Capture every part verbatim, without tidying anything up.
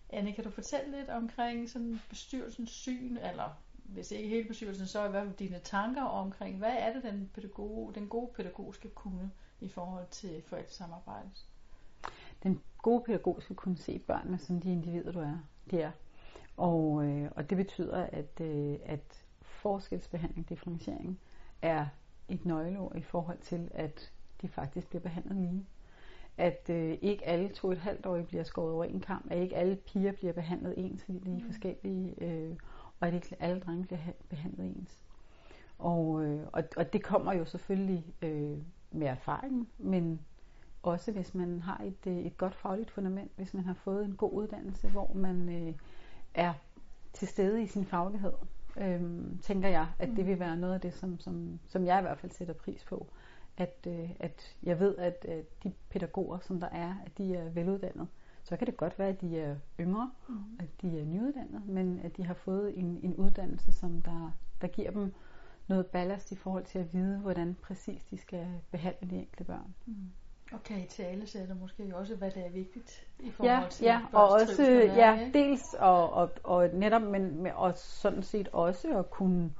Anne, kan du fortælle lidt omkring sådan bestyrelsens syn, eller hvis ikke hele bestyrelsen, så i hvert fald dine tanker omkring, hvad er det, den, pædagog, den gode pædagog skal kunne i forhold til forældresamarbejdet? Den gode pædagog skal kunne se børnene som de individer, du er. De er. Og, øh, og det betyder, at, øh, at forskelsbehandling, differentiering, er et nøgleord i forhold til, at de faktisk bliver behandlet lige. At øh, ikke alle to og et halvt år bliver skåret over en kamp, at ikke alle piger bliver behandlet ens, fordi de er forskellige, øh, og at ikke alle drenge bliver behandlet ens. Og, øh, og, og det kommer jo selvfølgelig øh, med erfaring, men også hvis man har et, et godt fagligt fundament, hvis man har fået en god uddannelse, hvor man øh, er til stede i sin faglighed, øh, tænker jeg, at det vil være noget af det, som, som, som jeg i hvert fald sætter pris på. At, øh, at jeg ved, at øh, de pædagoger, som der er, at de er veluddannede. Så kan det godt være, at de er yngre, mm. at de er nyuddannede, men at de har fået en, en uddannelse, som der, der giver dem noget ballast i forhold til at vide, hvordan præcis de skal behandle de enkelte børn. Mm. Okay, til alle sætter måske også, hvad der er vigtigt i forhold ja, til ja, børns og også, trivsel. Ja, dels og, og, og netop, men og sådan set også at kunne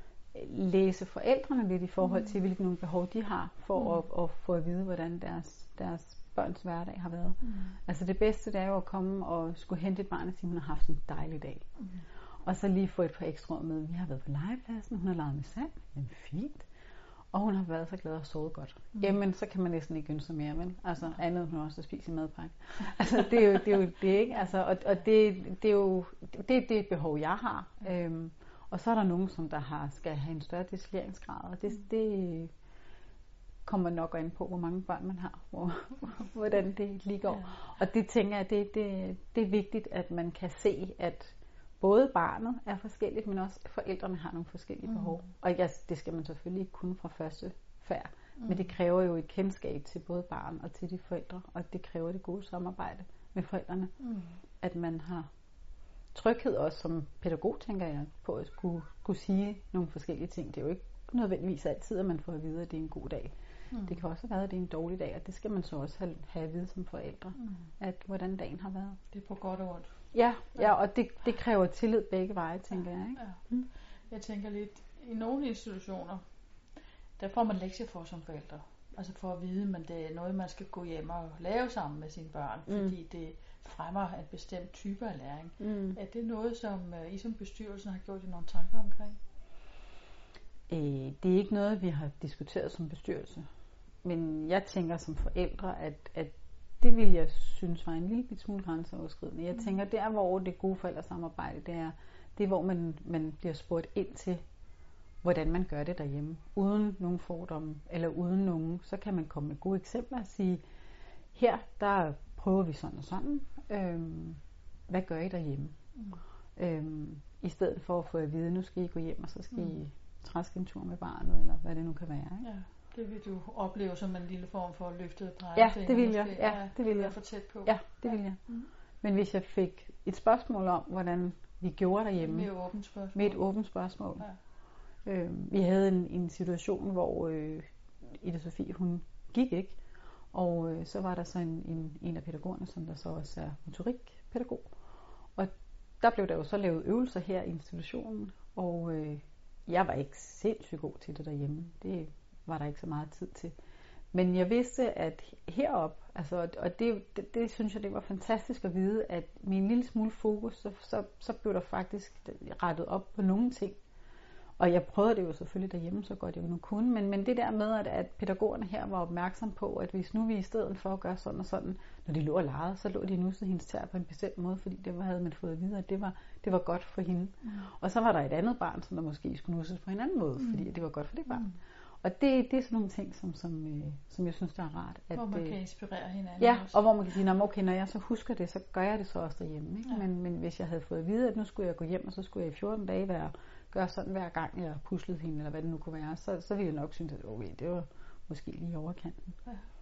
læse forældrene lidt i forhold til, hvilke nogle behov de har, for mm. at, at få at vide, hvordan deres, deres børns hverdag har været. Mm. Altså det bedste, det er jo at komme og skulle hente et barn og sige, hun har haft en dejlig dag. Mm. Og så lige få et par ekstra ord med, vi har været på legepladsen, hun har leget med sand, jamen fint. Og hun har været så glad og sovet godt. Mm. Jamen, så kan man næsten ikke ønske sig mere, men altså andet end hun også at spise i madpakke. Altså, det er jo det, er jo det ikke? Altså, og, og det, det er jo det, er det behov, jeg har. Øhm, og så er der nogen, som der har, skal have en større destilleringsgrad, og det, det kommer nok an på, hvor mange børn man har, hvor, hvordan det lige går. Og det tænker jeg, det, det, det er vigtigt, at man kan se, at både barnet er forskelligt, men også forældrene har nogle forskellige behov. Mm. Og ja, det skal man selvfølgelig ikke kunne fra første færd. Mm. Men det kræver jo et kendskab til både barn og til de forældre. Og det kræver det gode samarbejde med forældrene. Mm. At man har tryghed også som pædagog, tænker jeg, på at skulle, skulle sige nogle forskellige ting. Det er jo ikke nødvendigvis altid, at man får at vide, at det er en god dag. Mm. Det kan også være, at det er en dårlig dag, og det skal man så også have, have at vide som forældre. Mm. At hvordan dagen har været. Det er på godt og ondt. Ja, ja, og det, det kræver tillid begge veje, tænker ja, jeg. Ikke? Ja. Mm. Jeg tænker lidt, i nogle institutioner, der får man lektier for som forældre. Altså for at vide, at det er noget, man skal gå hjem og lave sammen med sine børn, mm. fordi det fremmer en bestemt type af læring. Mm. Er det noget, som I som bestyrelsen har gjort i nogle tanker omkring? Øh, det er ikke noget, vi har diskuteret som bestyrelse. Men jeg tænker som forældre, at, at det vil jeg synes var en lille smule grænseoverskridende. Jeg tænker, der hvor det gode forældresamarbejde, det er, det er hvor man, man bliver spurgt ind til, hvordan man gør det derhjemme. Uden nogen fordomme, eller uden nogen, så kan man komme med gode eksempler og sige, her der prøver vi sådan og sådan. Øhm, hvad gør I derhjemme? Mm. Øhm, I stedet for at få at vide, nu skal I gå hjem, og så skal mm. I træske en tur med barnet, eller hvad det nu kan være. Ikke? Ja. Det vil du opleve som en lille form for løftet pegefinger. Ja, det vil jeg. Ja, det vil jeg. For tæt på. Ja, det vil jeg. Mm. Men hvis jeg fik et spørgsmål om, hvordan vi gjorde derhjemme. Med et åbent spørgsmål. Med et åbent spørgsmål. Ja. Øh, vi havde en, en situation, hvor øh, Ida Sofie, hun gik ikke. Og øh, så var der så en, en, en af pædagogerne, som der så også er motorikpædagog. Og der blev der jo så lavet øvelser her i institutionen. Og øh, jeg var ikke sindssygt god til det derhjemme. Det var der ikke så meget tid til. Men jeg vidste, at herop, altså, og det, det, det synes jeg, det var fantastisk at vide, at med en lille smule fokus, så, så, så blev der faktisk rettet op på nogle ting. Og jeg prøvede det jo selvfølgelig derhjemme, så godt jeg nu kunne, men, men det der med, at, at pædagogerne her var opmærksom på, at hvis nu vi i stedet for at gøre sådan og sådan, når de lå og legede, så lå de nusset hendes tær på en bestemt måde, fordi det var, havde man fået at vide, at det var, det var godt for hende. Mm. Og så var der et andet barn, som der måske skulle nusses på en anden måde, mm. fordi det var godt for det barn. Mm. Og det, det er sådan nogle ting, som, som, øh, som jeg synes, der er rart. At, hvor man kan inspirere hinanden ja, også. Og hvor man kan sige, okay, når jeg så husker det, så gør jeg det så også derhjemme. Ikke? Ja. Men, men hvis jeg havde fået at vide, at nu skulle jeg gå hjem, og så skulle jeg i fjorten dage være, gøre sådan hver gang, jeg puslede hende, eller hvad det nu kunne være, så, så ville jeg nok synes, at okay, det var måske lige overkanten. Ja.